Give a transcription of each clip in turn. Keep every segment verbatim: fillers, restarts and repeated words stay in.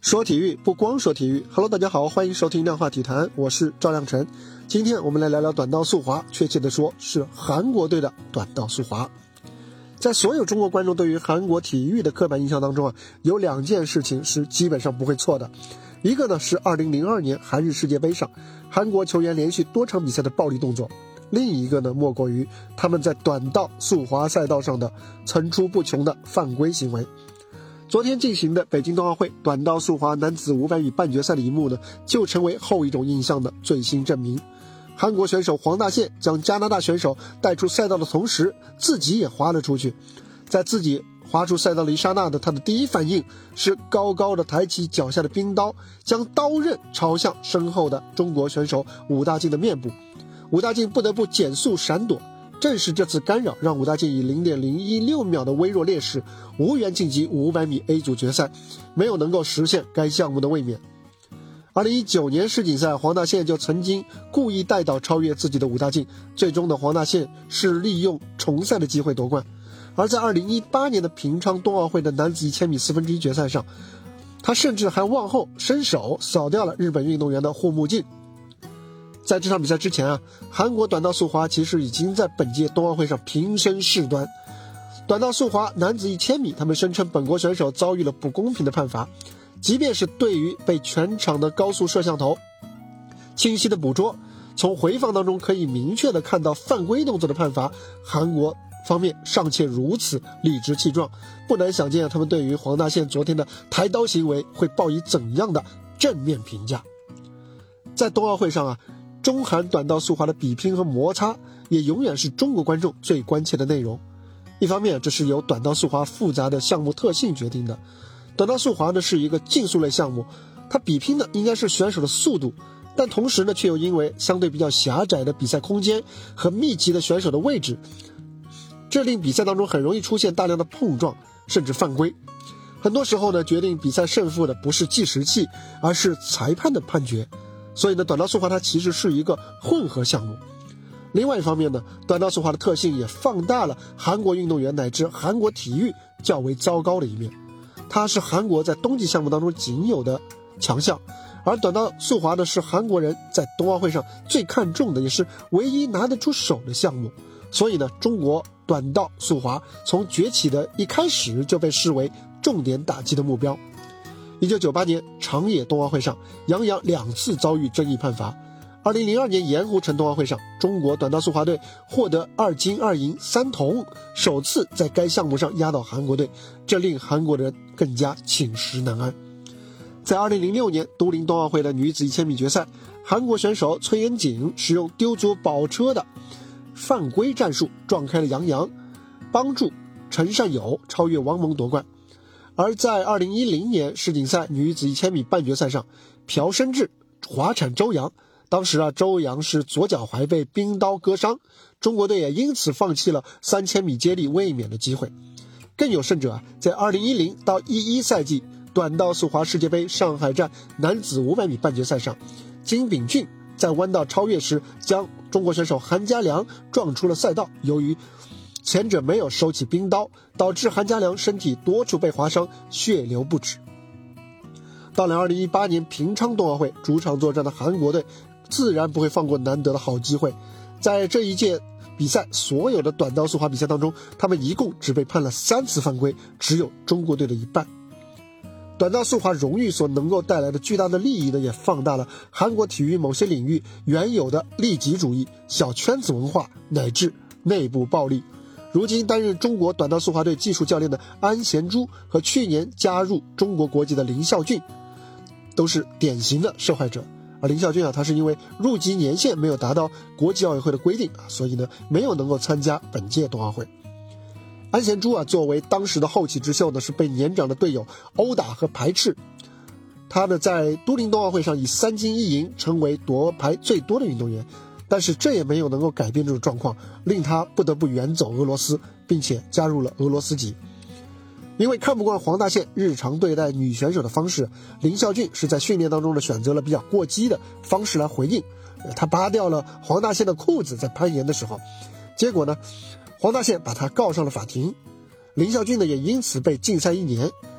说体育不光说体育 ，Hello， 大家好，欢迎收听量化体坛，我是赵亮晨。今天我们来聊聊短道速滑，确切的说是韩国队的短道速滑。在所有中国观众对于韩国体育的刻板印象当中啊，有两件事情是基本上不会错的。一个呢是二零零二年韩日世界杯上，韩国球员连续多场比赛的暴力动作。另一个呢，莫过于他们在短道速滑赛道上的层出不穷的犯规行为。昨天进行的北京冬奥会短道速滑男子五百米半决赛的一幕呢，就成为后一种印象的最新证明。韩国选手黄大宪将加拿大选手带出赛道的同时，自己也滑了出去。在自己滑出赛道的一刹那的，他的第一反应是高高的抬起脚下的冰刀，将刀刃朝向身后的中国选手武大靖的面部。武大靖不得不减速闪躲，正是这次干扰让武大靖以 零点零一六秒的微弱劣势无缘晋级五百米 A 组决赛，没有能够实现该项目的卫冕。二零一九年世锦赛，黄大宪就曾经故意带倒超越自己的武大靖，最终的黄大宪是利用重赛的机会夺冠。而在二零一八年的平昌冬奥会的男子一千米四分之一决赛上，他甚至还往后伸手扫掉了日本运动员的护目镜。在这场比赛之前啊，韩国短道速滑其实已经在本届冬奥会上平身事端。短道速滑男子一千米，他们声称本国选手遭遇了不公平的判罚，即便是对于被全场的高速摄像头清晰的捕捉，从回放当中可以明确的看到犯规动作的判罚，韩国方面尚且如此理直气壮，不难想见他们对于黄大宪昨天的抬刀行为会报以怎样的正面评价。在冬奥会上啊，中韩短道速滑的比拼和摩擦也永远是中国观众最关切的内容。一方面，这是由短道速滑复杂的项目特性决定的。短道速滑呢是一个竞速类项目，它比拼的应该是选手的速度，但同时呢却又因为相对比较狭窄的比赛空间和密集的选手的位置，这令比赛当中很容易出现大量的碰撞甚至犯规。很多时候呢，决定比赛胜负的不是计时器，而是裁判的判决。所以呢，短道速滑它其实是一个混合项目。另外一方面呢，短道速滑的特性也放大了韩国运动员乃至韩国体育较为糟糕的一面。它是韩国在冬季项目当中仅有的强项，而短道速滑呢是韩国人在冬奥会上最看重的，也是唯一拿得出手的项目。所以呢，中国短道速滑从崛起的一开始就被视为重点打击的目标。一九九八年长野冬奥会上，杨洋两次遭遇争议判罚。二零零二年盐湖城冬奥会上，中国短道速滑队获得二金二银三铜，首次在该项目上压倒韩国队，这令韩国人更加寝食难安。在二零零六年都灵冬奥会的女子一千米决赛，韩国选手崔恩景使用丢足宝车的犯规战术撞开了杨洋，帮助陈善友超越王蒙夺冠。而在二零一零年世锦赛女子一千米半决赛上，朴申智滑铲周洋，当时啊周洋是左脚踝被冰刀割伤，中国队也因此放弃了三千米接力卫冕的机会。更有甚者啊，在二零一零到一一赛季短道速滑世界杯上海站男子五百米半决赛上，金炳俊在弯道超越时将中国选手韩家良撞出了赛道，由于前者没有收起冰刀，导致韩家良身体多处被划伤，血流不止。到了二零一八年平昌冬奥会，主场作战的韩国队自然不会放过难得的好机会。在这一届比赛所有的短道速滑比赛当中，他们一共只被判了三次犯规，只有中国队的一半。短道速滑荣誉所能够带来的巨大的利益呢，也放大了韩国体育某些领域原有的利己主义、小圈子文化乃至内部暴力。如今担任中国短道速滑队技术教练的安贤洙和去年加入中国国籍的林孝俊都是典型的受害者。而林孝俊啊，他是因为入籍年限没有达到国际奥委会的规定啊，所以呢没有能够参加本届冬奥会。安贤洙啊，作为当时的后起之秀呢，是被年长的队友殴打和排斥。他呢在都灵冬奥会上以三金一银成为夺牌最多的运动员。但是这也没有能够改变这种状况，令他不得不远走俄罗斯，并且加入了俄罗斯籍。因为看不惯黄大宪日常对待女选手的方式，林孝俊是在训练当中呢选择了比较过激的方式来回应。他扒掉了黄大宪的裤子，在攀岩的时候，结果呢，黄大宪把他告上了法庭。林孝俊呢也因此被禁赛一年。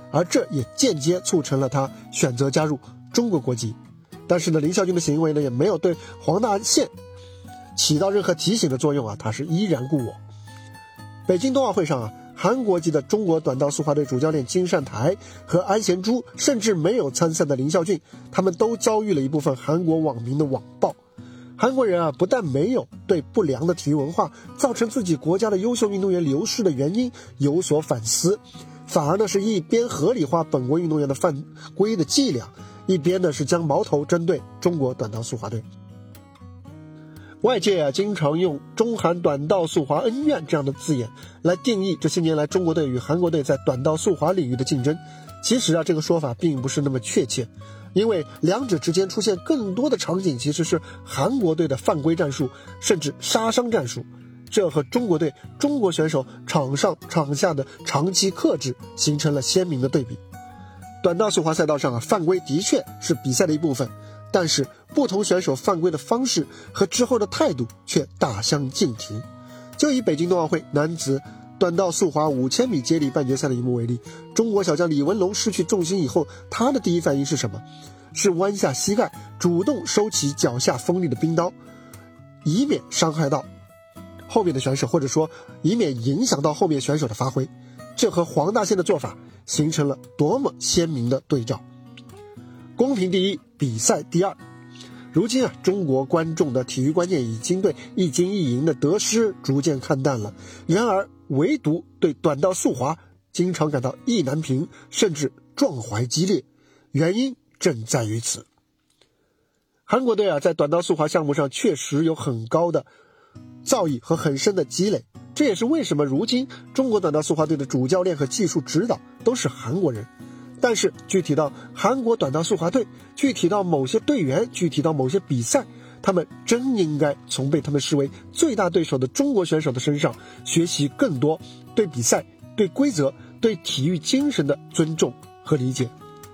而这也间接促成了他选择加入中国国籍。但是呢，林孝俊的行为呢也没有对黄大宪起到任何提醒的作用啊，他是依然故我。北京冬奥会上啊，韩国籍的中国短道速滑队主教练金善台和安贤洙，甚至没有参赛的林孝俊，他们都遭遇了一部分韩国网民的网暴。韩国人啊，不但没有对不良的体育文化造成自己国家的优秀运动员流失的原因有所反思，反而呢是一边合理化本国运动员的犯规的伎俩，一边呢是将矛头针对中国短道速滑队。外界啊经常用中韩短道速滑恩怨这样的字眼来定义这些年来中国队与韩国队在短道速滑领域的竞争。其实啊这个说法并不是那么确切，因为两者之间出现更多的场景其实是韩国队的犯规战术，甚至杀伤战术，这和中国队中国选手场上场下的长期克制形成了鲜明的对比。短道速滑赛道上啊，犯规的确是比赛的一部分，但是不同选手犯规的方式和之后的态度却大相径庭。就以北京冬奥会男子短道速滑五千米接力半决赛的一幕为例，中国小将李文龙失去重心以后，他的第一反应是什么？是弯下膝盖，主动收起脚下锋利的冰刀，以免伤害到后面的选手，或者说以免影响到后面选手的发挥。这和黄大宪的做法形成了多么鲜明的对照。公平第一，比赛第二。如今啊，中国观众的体育观念已经对一金一银的得失逐渐看淡了，然而唯独对短道速滑经常感到意难平，甚至壮怀激烈，原因正在于此。韩国队啊，在短道速滑项目上确实有很高的造诣和很深的积累，这也是为什么如今中国短道速滑队的主教练和技术指导都是韩国人。但是具体到韩国短道速滑队，具体到某些队员，具体到某些比赛，他们真应该从被他们视为最大对手的中国选手的身上学习更多对比赛、对规则、对体育精神的尊重和理解。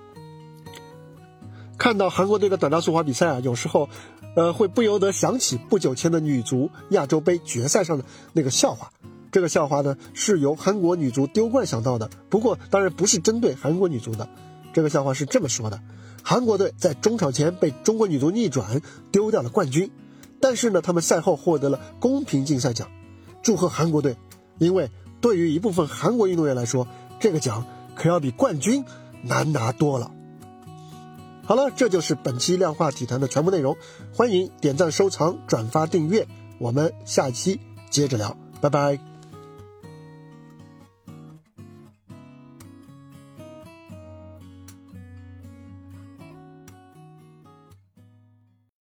看到韩国队的短道速滑比赛啊，有时候呃会不由得想起不久前的女足亚洲杯决赛上的那个笑话。这个笑话呢是由韩国女足丢冠想到的，不过当然不是针对韩国女足的。这个笑话是这么说的：韩国队在中场前被中国女足逆转，丢掉了冠军，但是呢他们赛后获得了公平竞赛奖。祝贺韩国队，因为对于一部分韩国运动员来说，这个奖可要比冠军难拿多了。好了，这就是本期量化体坛的全部内容，欢迎点赞、收藏、转发、订阅，我们下期接着聊，拜拜。